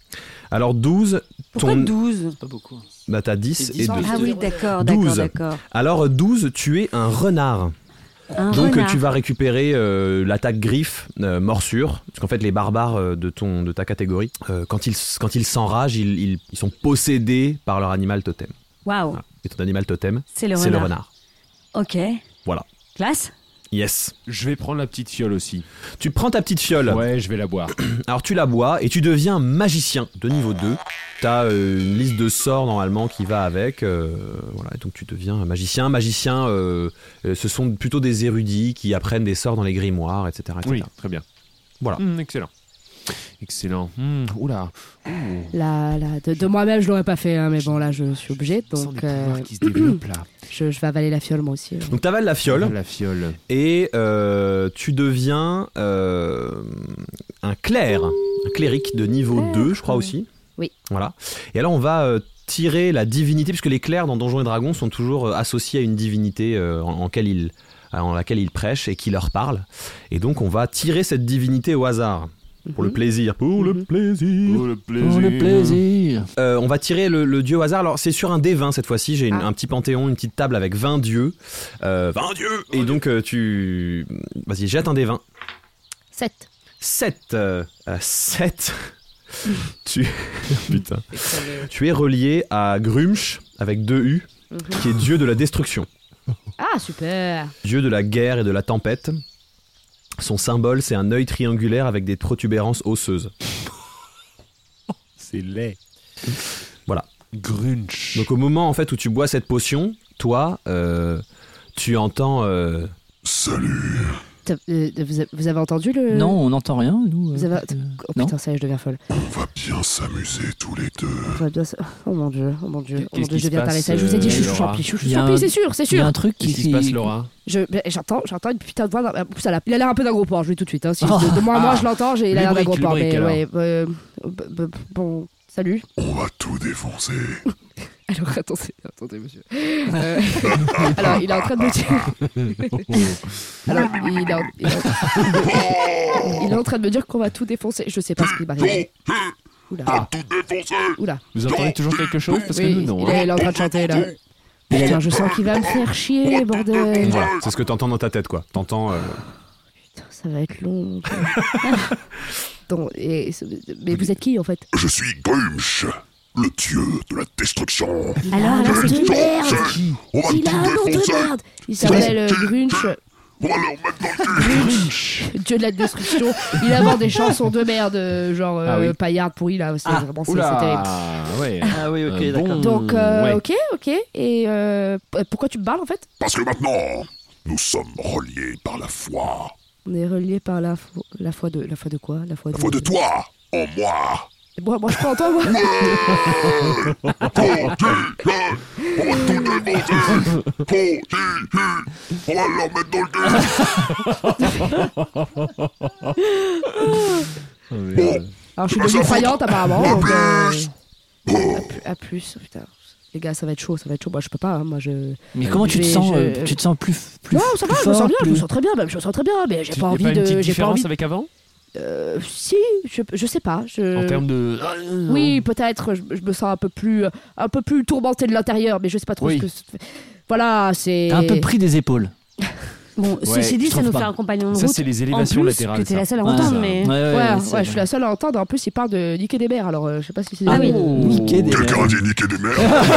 Alors douze, Pourquoi ton... douze? Pas beaucoup. Bah t'as dix C'est et dix deux. ans. Ah oui, d'accord, d'accord, douze. d'accord. Alors douze, tu es un renard. Un Donc renard. tu vas récupérer euh, l'attaque griffe, euh, morsure, parce qu'en fait les barbares euh, de, ton, de ta catégorie, euh, quand ils quand ils s'enragent, ils, ils, ils sont possédés par leur animal totem. Waouh, Voilà. Et ton animal totem, c'est le c'est le renard. renard. Ok. Voilà. Classe. Yes. Je vais prendre la petite fiole aussi. Tu prends ta petite fiole, Ouais, je vais la boire. alors tu la bois et tu deviens magicien de niveau deux. T'as euh, une liste de sorts normalement qui va avec. euh, voilà, et donc tu deviens un magicien. Magicien, euh, euh, ce sont plutôt des érudits qui apprennent des sorts dans les grimoires, et cetera et cetera. Oui, très bien. Voilà. Hum, excellent. Excellent. Hum, oula. Ouh. Là, là, de, de moi-même, je l'aurais pas fait, hein, mais bon, là, je suis obligée. On sent Donc, des euh, pouvoirs qui se développent là. je, je vais avaler la fiole, moi aussi. Donc t'avales la fiole. La fiole. Et euh, tu deviens euh, un clerc, un cléric de niveau Clerc. deux, je crois aussi. Oui. Voilà. Et alors on va euh, tirer la divinité, puisque les clercs dans Donjons et Dragons sont toujours euh, associés à une divinité euh, en, en, quelle ils, en laquelle ils prêchent et qui leur parle. Et donc on va tirer cette divinité au hasard. Pour le Mhm. plaisir. Pour le Mhm. plaisir. Oh, le plaisir. Pour le plaisir. Euh, on va tirer le, le dieu au hasard. Alors c'est sur un dé vingt cette fois-ci. J'ai une- Ah. un petit panthéon, une petite table avec vingt dieux. Euh, vingt dieux. Et donc euh, tu... Vas-y, jette un dé vingt. sept. sept. Euh, euh, sept. tu... Putain. Tu es relié à Grumsh, avec deux U, Mhm. qui est dieu de la destruction. Ah, super. Dieu de la guerre et de la tempête. Son symbole, c'est un œil triangulaire avec des protubérances osseuses. C'est laid. Voilà. Grunch. Donc au moment en fait où tu bois cette potion, toi, euh, tu entends... euh, T'as- euh, vous, avez, vous avez entendu le. Non, on n'entend rien, nous. Vous euh, avez... euh, Oh non. putain, ça y est, je deviens folle. On va bien s'amuser tous les deux. On va bien se- Oh mon dieu, oh mon dieu, oh mon Qu'est-ce dieu, qui je se deviens passe, taré. Ça, je vous ai dit, je suis euh, sous Laura champi, je suis sous Il y a champi, un- c'est sûr, c'est Il y a sûr. un truc qui. Qu'est-ce qui se passe, Laura? Je, ben, j'entends, j'entends une putain de voix. dans- En plus, elle a, il a l'air un peu d'un gros porc, je lui dis tout de suite. Hein. Si Oh. de, de moi à moi, Ah. je l'entends, j'ai, il a l'air d'un Lubrique, gros porc. Mais lubrique, ouais, euh, b- b- bon, salut. On va tout défoncer. Alors, attendez, attendez, monsieur. Euh, alors, il est en train de me dire. Alors, il est, en, il, est en... il est en train de me dire qu'on va tout défoncer. Je sais pas ce qui m'arrive. Oula. À tout défoncer. Oula. Vous entendez toujours quelque chose? Parce que Oui, nous, non. il, hein. est, il est en train de chanter là. Putain, je sens qu'il va me faire chier, bordel. Voilà, c'est ce que t'entends dans ta tête quoi. T'entends... euh, Putain, ça va être long. Donc, et, mais vous êtes qui en fait? Je suis Grumsh, le dieu de la destruction. Alors, alors, c'est qui? Merde. On va Il a un tout nom de défoncer. merde. Il s'appelle euh, Grunch. On va leur mettre dans le cul. Grunch, dieu de la destruction. Il invente des chansons de merde, euh, genre euh, Ah oui. paillarde pourri là. C'est Ah, vraiment c'est, c'est terrible. Oula. Ouais. Ah oui, ok, Un bon- d'accord. Donc, euh, ouais. ok, ok. Et euh, p- pourquoi tu me parles en fait? Parce que maintenant, nous sommes reliés par la foi. On est reliés par la, fo- la foi de... La foi de quoi? La foi La de... foi de toi en moi. Moi, moi je crois en toi, moi. Continue. On va tout défoncer. Continue. On va leur mettre dans le cul. Bon. Alors, je suis Tu vas devenue s'en croyante, apparemment. À Donc, euh, plus. à, plus, à plus, putain. Les gars, ça va être chaud, ça va être chaud. Moi, je peux pas, hein. Moi, je... Mais comment tu te je vais- sens je- euh, Tu te sens plus plus Non, ça va, plus je me sens fort, bien, je plus- me sens très bien, même, je me sens très bien, mais j'ai Tu- pas y a envie pas une de... petite J'ai pas différence envie... avec avant Euh, si, je, je sais pas. Je... en termes de. Oui, peut-être. Je, je me sens un peu plus, un peu plus tourmenté de l'intérieur, mais je sais pas trop Oui. ce que. c'est. Voilà, c'est. T'as un peu pris des épaules. Bon, Ouais, ceci dit, je ça trouve nous pas. fait un compagnon de Ça, route. c'est les En élévations plus, latérales. que t'es ça. la seule à Ouais, entendre, ça. mais... Ouais, ouais, Ouais, ouais, ouais, c'est- je suis la seule à entendre. En plus, il parle de niquer des mères, alors euh, je sais pas si c'est. Ah oui. Oh. Niquer des Quelqu'un a mères. dit niquer des mères.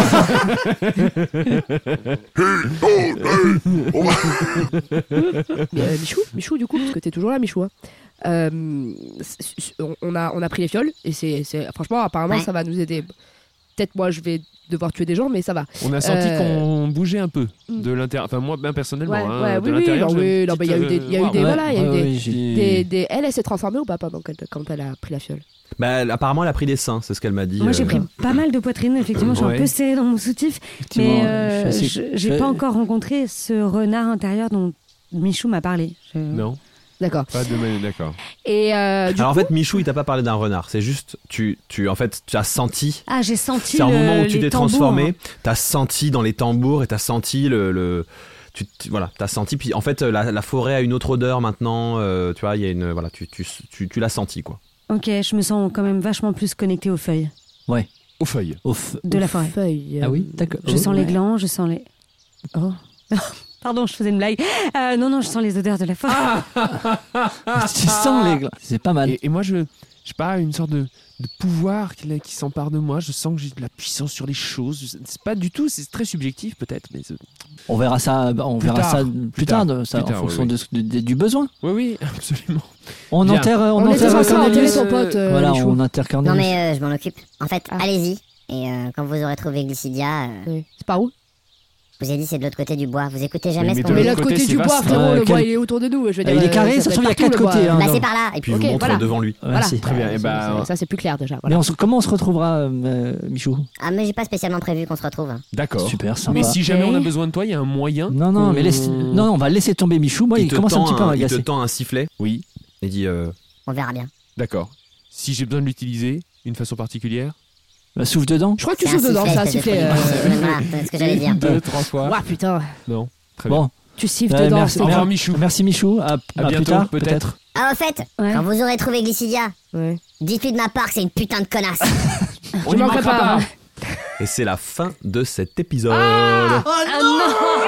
Hey, oh, hey, on va... Mais, euh, Michou, Michou, du coup, parce que t'es toujours là, Michou. hein. Euh, c'est- on, on a, on a pris les fioles et c'est, c'est franchement, apparemment, Ouais. ça va nous aider. Peut-être moi, je vais devoir tuer des gens, mais ça va. On a senti Euh, qu'on bougeait un peu de l'intérieur. Enfin, moi, ben, personnellement, Ouais, hein, ouais, de oui, oui, l'intérieur. non, j'ai oui, une non, mais il y a eu petite, des- il y a eu euh, des- waouh. voilà, il y a eu Ouais, des- ouais, j'ai- Des, des... Elle, elle s'est transformée ou pas pendant qu'elle- quand elle a pris la fiole? Bah, apparemment, elle a pris des seins, c'est ce qu'elle m'a dit. Moi, j'ai euh, pris pas mal de poitrine, effectivement, je suis Ouais. un peu serrée dans mon soutif, Effectivement, mais euh, je suis je- assez- j'ai je- pas encore rencontré ce renard intérieur dont Michou m'a parlé. Je- Non, D'accord. pas de mal, d'accord. Et euh, du Alors coup, en fait, Michou, il t'a pas parlé d'un renard. C'est juste, tu, tu, en fait, tu as senti. Ah, j'ai senti C'est un le- moment où tu les t'es tambours, transformé. hein. T'as senti dans les tambours et t'as senti le, le tu, tu- voilà, t'as senti. Puis en fait, la, la forêt a une autre odeur maintenant. euh, tu vois, il y a une, voilà, tu, tu, tu, tu l'as senti quoi. Ok, je me sens quand même vachement plus connectée aux feuilles Aux feuilles. Au f- de au la f- forêt. feuille. Ah oui, d'accord. Je Oh, sens les ouais. glands, je sens les... Oh. Pardon, je faisais une blague. Euh, non, non, je sens les odeurs de la forêt. Tu sens les glands. C'est pas mal. Et, et moi, je, je sais pas, une sorte de, de pouvoir qui, qui s'empare de moi. Je sens que j'ai de la puissance sur les choses. Je- C'est pas du tout, c'est très subjectif peut-être, mais c'est- On verra ça, on Plus verra tard. ça Plus plus tard, tard. de- ça, Plus en tard, fonction oui, de ce- de- du besoin. oui, oui, absolument. On Bien. enterre, on, On était enterre censé enterrer Cornelius. son pote, euh, Voilà, Michou. on enterre Non Cornelius. mais euh, je m'en occupe. En fait, Ah. allez-y. Et euh, quand vous aurez trouvé Glycidia, euh, Oui. C'est par où? je vous ai dit c'est de l'autre côté du bois. Vous écoutez jamais Oui, ce mais qu'on de Mais dit. l'autre côté, côté c'est du bois, vaste. frérot, Ouais, le quel- bois il est autour de nous. Je veux Euh, dire, il est euh, carré, ça ça peut se trouve, il y a être partout, quatre le bois. côtés, hein. Bah non. c'est par là. Et Puis puis, il Ok, vous montre voilà. devant lui. Ouais, Voilà. si. Très bien. Et Ça, ben, ça, c'est plus clair déjà. Mais Voilà. on se- comment on se retrouvera, euh, Michou ah mais j'ai pas spécialement prévu qu'on se retrouve. d'accord. Super, sympa. Mais si jamais Ok. on a besoin de toi, il y a un moyen. Non, non, mais qu'on- laisse... non, non, on va laisser tomber Michou. Moi, il, te commence un tend petit peu à il te m'agacer. tend un sifflet Oui, et dit euh, On verra bien. d'accord. Si j'ai besoin de l'utiliser d'une façon particulière. Bah, souffle dedans. Je crois que tu C'est un souffles dedans, ça a sifflet, sifflé. c'est euh, de- Voilà, c'est ce que j'allais dire. Deux, trois fois. Ouah, putain. Non. Très bien. Bon, Tu siffles Ouais, dedans. merci, c'est- Au revoir, mer- Michou. merci Michou. À, À à plus bientôt, tard, peut-être. peut-être. Ah au fait, Ouais. quand vous aurez trouvé Glycidia, Ouais. dites-lui de ma part que c'est une putain de connasse. On Je n'y manquerai manquera pas. pas. et c'est la fin de cet épisode. Ah non.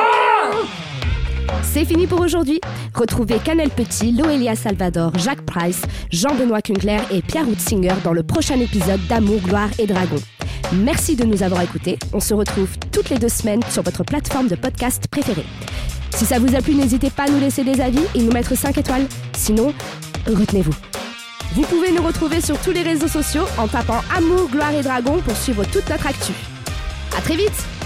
C'est fini pour aujourd'hui. Retrouvez Canel Petit, Loelia Salvador, Jacques Price, Jean-Benoît Kunkler et Pierre Hutzinger dans le prochain épisode d'Amour, Gloire et Dragon. Merci de nous avoir écoutés. On se retrouve toutes les deux semaines sur votre plateforme de podcast préférée. Si ça vous a plu, n'hésitez pas à nous laisser des avis et nous mettre cinq étoiles. Sinon, retenez-vous. Vous pouvez nous retrouver sur tous les réseaux sociaux en tapant Amour, Gloire et Dragon pour suivre toute notre actu. À très vite!